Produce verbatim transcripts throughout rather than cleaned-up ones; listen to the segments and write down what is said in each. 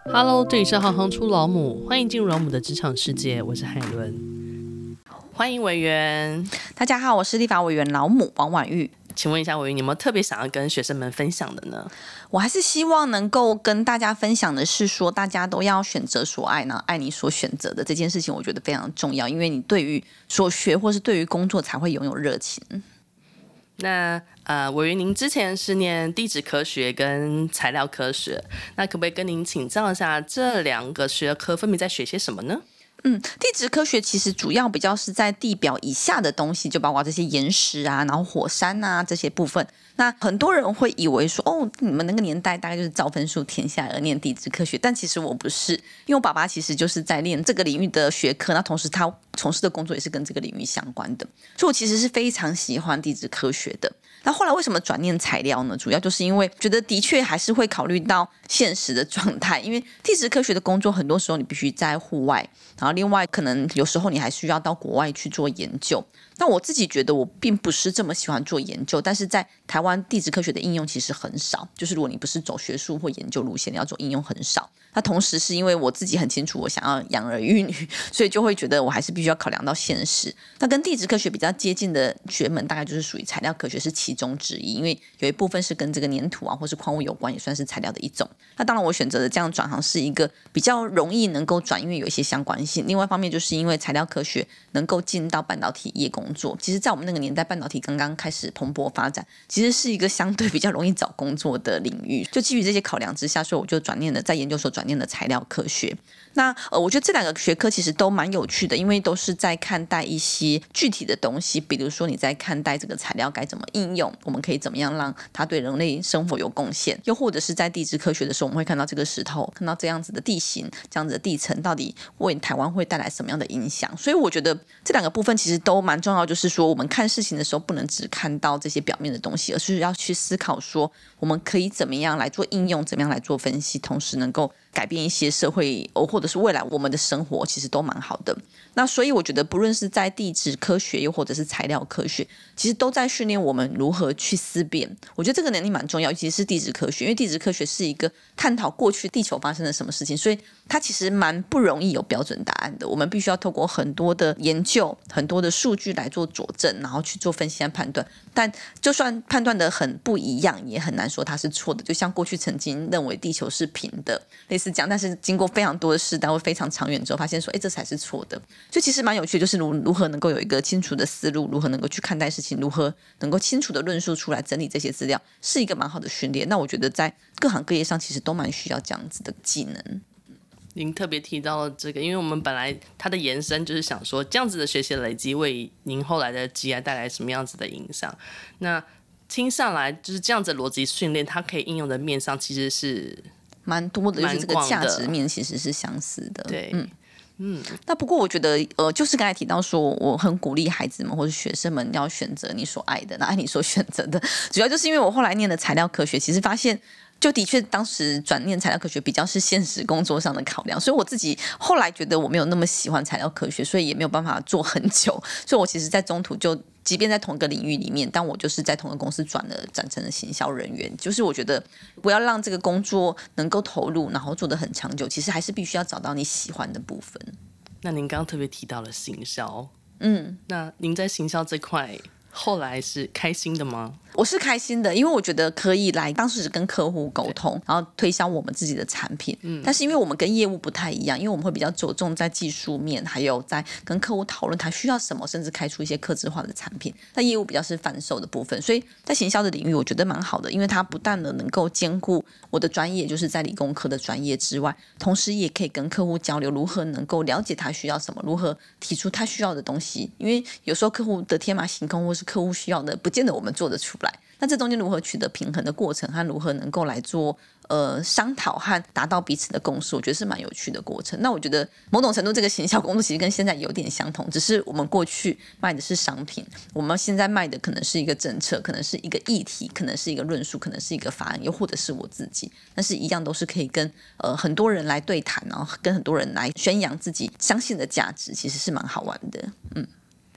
Hello， 这里是行行出老母，欢迎进入老母的职场世界，我是海伦。欢迎委员。 大家好，我是立法委员老母王婉玉。 请问一下委员，你有没有特别想要跟学生们分享的呢？ 我还是希望能够跟大家分享的是说，大家都要选择所爱，然后爱你所选择的这件事情，我觉得非常重要，因为你对于所学或是对于工作才会拥有热情。 那呃，委员您之前是念地质科学跟材料科学，那可不可以跟您请教一下，这两个学科分别在学些什么呢？ 嗯，地质科学其实主要比较是在地表以下的东西，就包括这些岩石啊，然后火山啊这些部分。那很多人会以为说，哦，你们那个年代大概就是造分数填下而念地质科学，但其实我不是，因为我爸爸其实就是在练这个领域的学科，那同时他从事的工作也是跟这个领域相关的，所以我其实是非常喜欢地质科学的。那后来为什么转念材料呢？主要就是因为觉得的确还是会考虑到现实的状态，因为地质科学的工作很多时候你必须在户外，然后另外可能有时候你还需要到国外去做研究。那我自己觉得我并不是这么喜欢做研究，但是在台湾地质科学的应用其实很少，就是如果你不是走学术或研究路线，你要做应用很少。那同时是因为我自己很清楚我想要养儿育女，所以就会觉得我还是必须要考量到现实。那跟地质科学比较接近的学门大概就是属于材料科学，是其中之一，因为有一部分是跟这个粘土啊或是矿物有关，也算是材料的一种。那当然我选择的这样转行是一个比较容易能够转，因为有一些相关性。另外一方面就是因为材料科学能够进到半导体业工作，其实在我们那个年代半导体刚刚开始蓬勃发展，其实是一个相对比较容易找工作的领域。就基于这些考量之下，所以我就转念了在研究所转念的材料科学。那呃，我觉得这两个学科其实都蛮有趣的，因为都是在看待一些具体的东西，比如说你在看待这个材料该怎么应用，我们可以怎么样让它对人类生活有贡献，又或者是在地质科学的时候，我们会看到这个石头，看到这样子的地形，这样子的地层到底为台湾会带来什么样的影响。所以我觉得这两个部分其实都蛮重要，就是说我们看事情的时候不能只看到这些表面的东西，而是要去思考说我们可以怎么样来做应用，怎么样来做分析，同时能够改变一些社会或者是未来我们的生活，其实都蛮好的。那所以我觉得不论是在地质科学又或者是材料科学，其实都在训练我们如何去思辨。我觉得这个能力蛮重要，尤其是地质科学，因为地质科学是一个探讨过去地球发生了什么事情，所以它其实蛮不容易有标准答案的。我们必须要透过很多的研究，很多的数据来做佐证，然后去做分析和判断。但就算判断的很不一样，也很难说它是错的。就像过去曾经认为地球是平的，类似这样，但是经过非常多的世代或非常长远之后，发现说，哎，这才是错的。所以其实蛮有趣的，就是如如何能够有一个清楚的思路，如何能够去看待事情，如何能够清楚的论述出来，整理这些资料，是一个蛮好的训练。那我觉得在各行各业上，其实都蛮需要这样子的技能。 您特别提到了这个，因为我们本来它的延伸就是想说，这样子的学习累积为您后来的职业带来什么样子的影响？那听上来就是这样子的逻辑训练，它可以应用的面上其实是蛮多的，就是这个价值面其实是相似的。 对， 嗯。嗯，那不过我觉得，呃，就是刚才提到说，我很鼓励孩子们或者学生们要选择你所爱的，那爱你所选择的，主要就是因为我后来念的材料科学，其实发现。就的确，当时转念材料科学比较是现实工作上的考量，所以我自己后来觉得我没有那么喜欢材料科学，所以也没有办法做很久。所以我其实在中途就，即便在同一个领域里面，但我就是在同一个公司转了，转成了行销人员。就是我觉得不要让这个工作能够投入，然后做得很长久，其实还是必须要找到你喜欢的部分。 那您刚刚特别提到了行销， 嗯， 那您在行销这块后来是开心的吗？ 我是开心的，因为我觉得可以来当时跟客户沟通，然后推销我们自己的产品。嗯，但是因为我们跟业务不太一样，因为我们会比较着重在技术面，还有在跟客户讨论他需要什么，甚至开出一些客制化的产品。那业务比较是贩售的部分，所以在行销的领域，我觉得蛮好的，因为它不但能够兼顾我的专业，就是在理工科的专业之外，同时也可以跟客户交流，如何能够了解他需要什么，如何提出他需要的东西。因为有时候客户的天马行空，或是客户需要的，不见得我们做得出来。那这中间如何取得平衡的过程，和如何能够来做呃商讨和达到彼此的共识，我觉得是蛮有趣的过程。那我觉得某种程度这个行销工作其实跟现在有点相同，只是我们过去卖的是商品，我们现在卖的可能是一个政策，可能是一个议题，可能是一个论述，可能是一个法案，又或者是我自己。但是一样都是可以跟呃很多人来对谈，然后跟很多人来宣扬自己相信的价值，其实是蛮好玩的。嗯。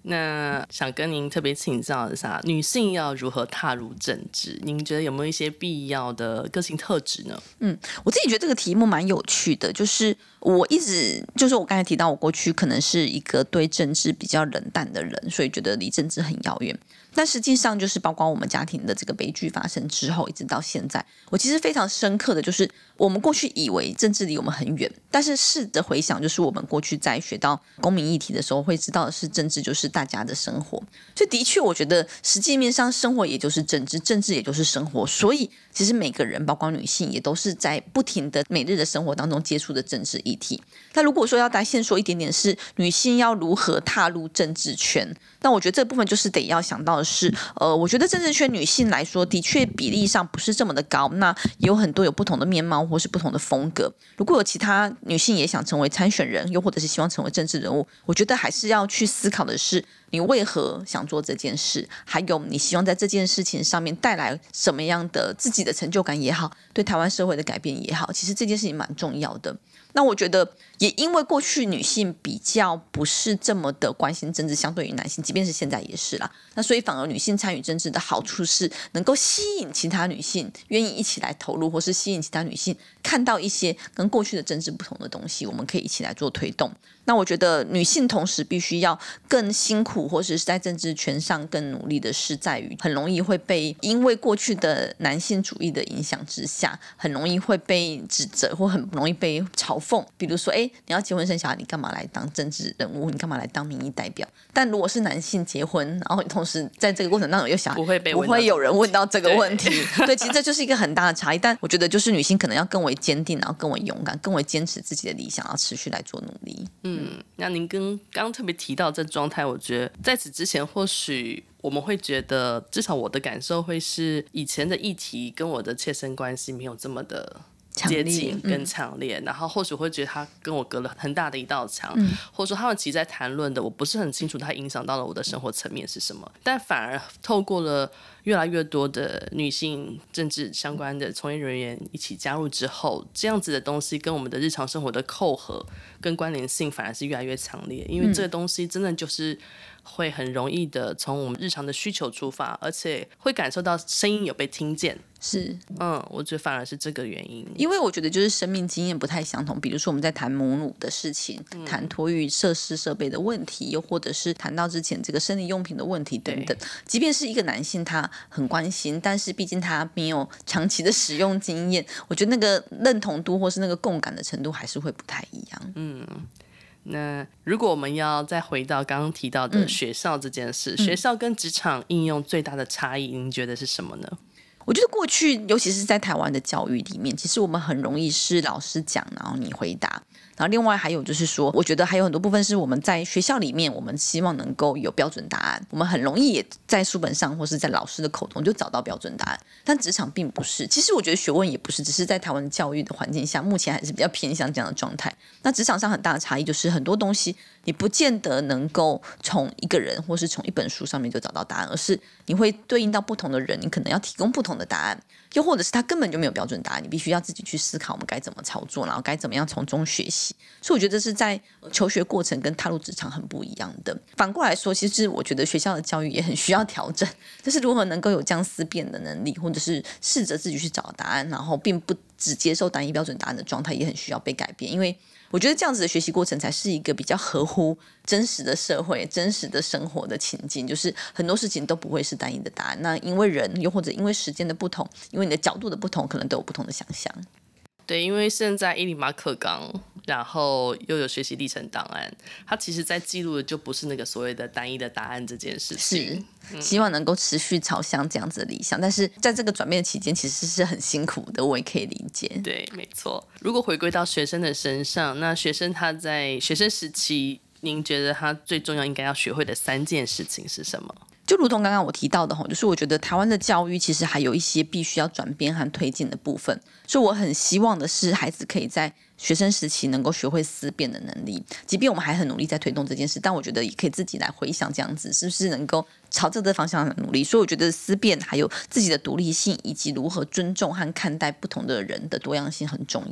那想跟您特别请教一下，女性要如何踏入政治？您觉得有没有一些必要的个性特质呢？ 嗯，我自己觉得这个题目蛮有趣的，就是我一直就是我刚才提到，我过去可能是一个对政治比较冷淡的人，所以觉得离政治很遥远。但实际上，就是包括我们家庭的这个悲剧发生之后，一直到现在，我其实非常深刻的就是，我们过去以为政治离我们很远，但是试着回想，就是我们过去在学到公民议题的时候，会知道的是，政治就是大家的生活。所以的确，我觉得实际面上，生活也就是政治，政治也就是生活。所以，其实每个人，包括女性，也都是在不停的每日的生活当中接触的政治议题。那如果说要来先说一点点是女性要如何踏入政治圈，那我觉得这部分就是得要想到的是，呃，我觉得政治圈女性来说，的确比例上不是这么的高，那也有很多有不同的面貌或是不同的风格。如果有其他女性也想成为参选人，又或者是希望成为政治人物，我觉得还是要去思考的是，你为何想做这件事，还有你希望在这件事情上面带来什么样的自己的成就感也好，对台湾社会的改变也好，其实这件事情蛮重要的。那我觉得也因为过去女性比较不是这么的关心政治，相对于男性，即便是现在也是啦，那所以反而女性参与政治的好处是能够吸引其他女性愿意一起来投入，或是吸引其他女性看到一些跟过去的政治不同的东西，我们可以一起来做推动。那我觉得女性同时必须要更辛苦，或者是在政治圈上更努力的是在于，很容易会被因为过去的男性主义的影响之下，很容易会被指责，或很容易被嘲讽。比如说，哎，你要结婚生小孩，你干嘛来当政治人物？你干嘛来当民意代表？但如果是男性结婚，然后同时在这个过程当中有小孩， 不会被问到不会有人问到这个问题。对， 对，其实这就是一个很大的差异。但我觉得，就是女性可能要更为坚定，然后更为勇敢，更为坚持自己的理想，然后持续来做努力。 嗯，那您跟刚刚特别提到这状态，我觉得在此之前，或许我们会觉得，至少我的感受会是，以前的议题跟我的切身关系没有这么的接近跟强烈、嗯、然后或许会觉得他跟我隔了很大的一道墙、嗯、或者说他们其实在谈论的我不是很清楚它影响到了我的生活层面是什么，但反而透过了越来越多的女性政治相关的从业人员一起加入之后，这样子的东西跟我们的日常生活的扣合跟关联性反而是越来越强烈，因为这个东西真的就是会很容易的从我们日常的需求出发，而且会感受到声音有被听见。 是， 嗯，我觉得反而是这个原因， 因为我觉得就是生命经验不太相同。比如说我们在谈母乳的事情，嗯、谈托育设施设备的问题，又或者是谈到之前这个生理用品的问题等等。即便是一个男性他很关心，但是毕竟他没有长期的使用经验，我觉得那个认同度或是那个共感的程度还是会不太一样。 嗯。那如果我们要再回到刚刚提到的学校这件事、嗯、学校跟职场应用最大的差异您觉得是什么呢？ 我觉得过去尤其是在台湾的教育里面，其实我们很容易是老师讲然后你回答，然后另外还有就是说，我觉得还有很多部分是我们在学校里面我们希望能够有标准答案，我们很容易也在书本上或是在老师的口中就找到标准答案，但职场并不是。其实我觉得学问也不是，只是在台湾教育的环境下目前还是比较偏向这样的状态。那职场上很大的差异就是很多东西你不见得能够从一个人或是从一本书上面就找到答案，而是你会对应到不同的人，你可能要提供不同的答案，又或者是他根本就没有标准答案，你必须要自己去思考我们该怎么操作，然后该怎么样从中学习。所以我觉得这是在求学过程跟踏入职场很不一样的。反过来说，其实我觉得学校的教育也很需要调整，就是如何能够有这样思辨的能力，或者是试着自己去找答案，然后并不只接受单一标准答案的状态也很需要被改变。因为我觉得这样子的学习过程才是一个比较合乎真实的社会真实的生活的情境，就是很多事情都不会是单一的答案，那因为人又或者因为时间的不同，因为你的角度的不同，可能都有不同的想象。 对，因为现在一零八课纲，然后又有学习历程档案，它其实在记录的就不是那个所谓的单一的答案这件事情， 是希望能够持续朝向这样子的理想，但是在这个转变的期间其实是很辛苦的，我也可以理解。 对，没错。如果回归到学生的身上，那学生他在学生时期，您觉得他最重要应该要学会的三件事情是什么？ 就如同刚刚我提到的，就是我觉得台湾的教育其实还有一些必须要转变和推进的部分，所以我很希望的是孩子可以在学生时期能够学会思辨的能力，即便我们还很努力在推动这件事，但我觉得也可以自己来回想这样子是不是能够朝这个方向努力。所以我觉得思辨还有自己的独立性以及如何尊重和看待不同的人的多样性很重要。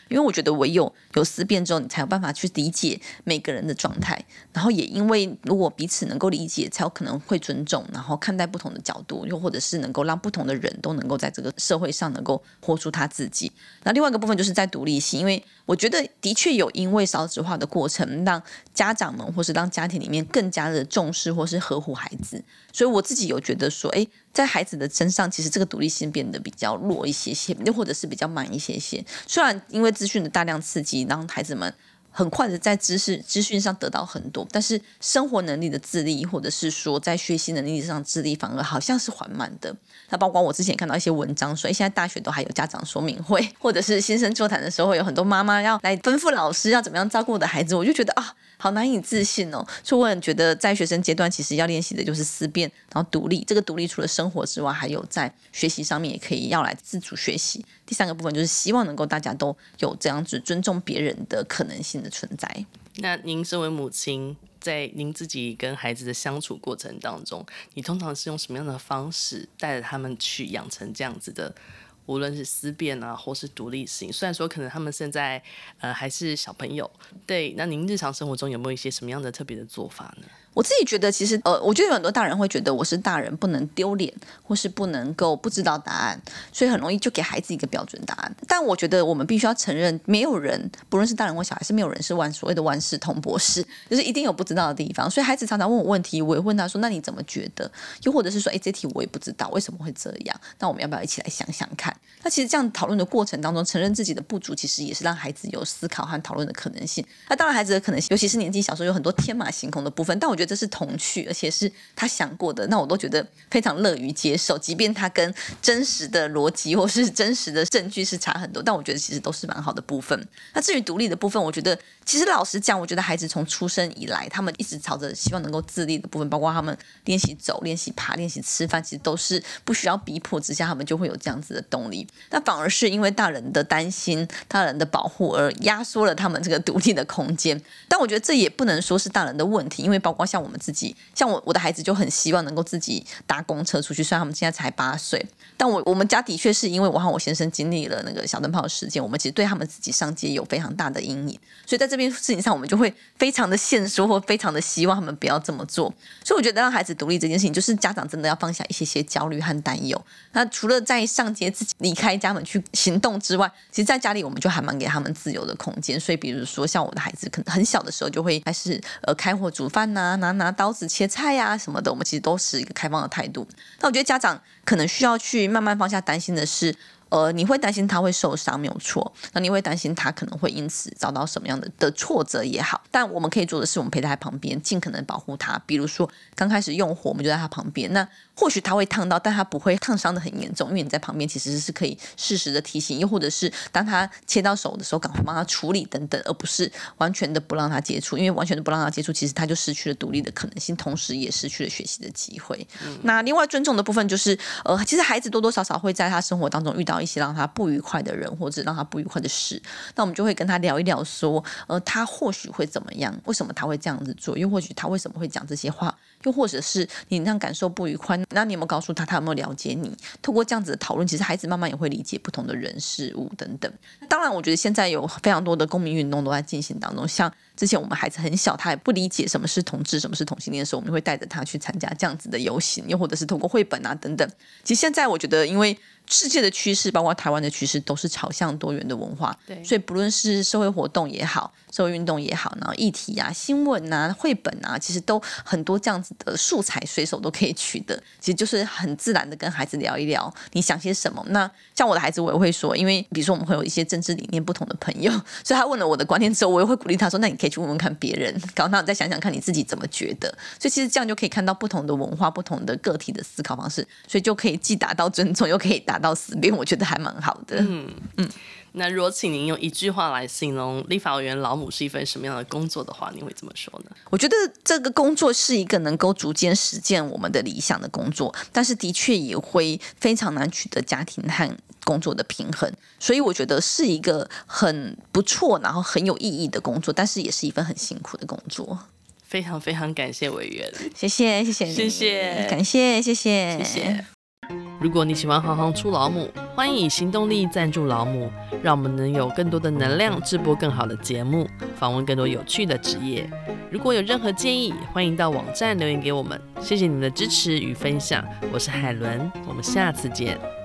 因为我觉得唯有有思辨之后，你才有办法去理解每个人的状态，然后也因为如果彼此能够理解，才有可能会尊重，然后看待不同的角度，又或者是能够让不同的人都能够在这个社会上能够活出他自己。那另外一个部分就是在独立性，因为我觉得的确有因为少子化的过程，让家长们或是让家庭里面更加的重视或是呵护孩子，所以我自己有觉得说，哎，在孩子的身上，其实这个独立性变得比较弱一些些，又或者是比较慢一些些。虽然因为资讯的大量刺激，让孩子们很快的在知识资讯上得到很多，但是生活能力的智力，或者是说在学习能力上智力，反而好像是缓慢的。那包括我之前看到一些文章说，现在大学都还有家长说明会，或者是新生座谈的时候，有很多妈妈要来吩咐老师要怎么样照顾我的孩子，我就觉得啊，好难以置信哦。所以我很觉得在学生阶段，其实要练习的就是思辨，然后独立。这个独立除了生活之外，还有在学习上面也可以要来自主学习。第三个部分就是希望能够大家都有这样子尊重别人的可能性的存在。 那您身为母亲，在您自己跟孩子的相处过程当中，你通常是用什么样的方式带着他们去养成这样子的，无论是思辨啊，或是独立性？虽然说可能他们现在呃还是小朋友，对，那您日常生活中有没有一些什么样的特别的做法呢？ 我自己觉得其实呃，我觉得有很多大人会觉得我是大人不能丢脸，或是不能够不知道答案，所以很容易就给孩子一个标准答案。但我觉得我们必须要承认，没有人不论是大人或小孩，是没有人是万所谓的万事通博士，就是一定有不知道的地方。所以孩子常常问我问题，我也问他说那你怎么觉得，又或者是说哎，这题我也不知道为什么会这样，那我们要不要一起来想想看。那其实这样讨论的过程当中，承认自己的不足，其实也是让孩子有思考和讨论的可能性。那当然孩子的可能性，尤其是年纪小时候有很多天马行空的部分，但我觉得这是童趣，而且是他想过的，那我都觉得非常乐于接受，即便他跟真实的逻辑或是真实的证据是差很多，但我觉得其实都是蛮好的部分。那至于独立的部分，我觉得其实老实讲，我觉得孩子从出生以来，他们一直朝着希望能够自立的部分，包括他们练习走、练习爬、练习吃饭，其实都是不需要逼迫之下，他们就会有这样子的动力。那反而是因为大人的担心、大人的保护而压缩了他们这个独立的空间。但我觉得这也不能说是大人的问题，因为包括像我们自己，像我我的孩子就很希望能够自己搭公车出去，虽然他们现在才八岁，但我我们家的确是因为我和我先生经历了那个小灯泡事件，我们其实对他们自己上街有非常大的阴影，所以在这边事情上，我们就会非常的限缩，或非常的希望他们不要这么做。所以我觉得让孩子独立这件事情，就是家长真的要放下一些些焦虑和担忧。那除了在上街自己离开家门去行动之外，其实在家里我们就还蛮给他们自由的空间。所以比如说像我的孩子可能很小的时候就会开始呃开火煮饭啊，拿拿刀子切菜啊什么的，我们其实都是一个开放的态度。那我觉得家长可能需要去慢慢放下担心的是，呃，你会担心他会受伤，没有错。那你会担心他可能会因此遭到什么样的的挫折也好，但我们可以做的是，我们陪在他旁边，尽可能保护他。比如说刚开始用火，我们就在他旁边，那或许他会烫到，但他不会烫伤的很严重，因为你在旁边其实是可以适时的提醒，又或者是当他切到手的时候，赶快帮他处理等等，而不是完全的不让他接触，因为完全的不让他接触，其实他就失去了独立的可能性，同时也失去了学习的机会。嗯、那另外尊重的部分就是，呃，其实孩子多多少少会在他生活当中遇到一些让他不愉快的人，或者让他不愉快的事，那我们就会跟他聊一聊说，呃，他或许会怎么样，为什么他会这样子做，又或许他为什么会讲这些话，又或者是你让感受不愉快，那你有没有告诉他，他有没有了解你？透过这样子的讨论，其实孩子慢慢也会理解不同的人事物等等。当然我觉得现在有非常多的公民运动都在进行当中，像之前我们孩子很小，他也不理解什么是同志什么是同性恋的时候，我们会带着他去参加这样子的游行，又或者是透过绘本啊等等。其实现在我觉得因为世界的趋势包括台湾的趋势都是朝向多元的文化，所以不论是社会活动也好，社会运动也好，然后议题啊、新闻啊、绘本啊，其实都很多这样子的素材随手都可以取得，其实就是很自然的跟孩子聊一聊你想些什么。那像我的孩子我也会说，因为比如说我们会有一些政治理念不同的朋友，所以他问了我的观念之后，我也会鼓励他说那你可以去问问看别人，然后你再想想看你自己怎么觉得。所以其实这样就可以看到不同的文化、不同的个体的思考方式，所以就可以既达到尊重又可以达到思辨，我觉得还蛮好的。嗯嗯，那如果请您用一句话来形容立法委员老母是一份什么样的工作的话，你会怎么说呢？ 我觉得这个工作是一个能够逐渐实践我们的理想的工作，但是的确也会非常难取得家庭和工作的平衡，所以我觉得是一个很不错然后很有意义的工作，但是也是一份很辛苦的工作。 非常非常感谢委员， 谢谢谢谢谢谢， 感谢谢谢谢谢。 如果你喜欢行行出老母，欢迎以行动力赞助老母，让我们能有更多的能量制播更好的节目，访问更多有趣的职业。如果有任何建议，欢迎到网站留言给我们。谢谢你们的支持与分享，我是海伦，我们下次见。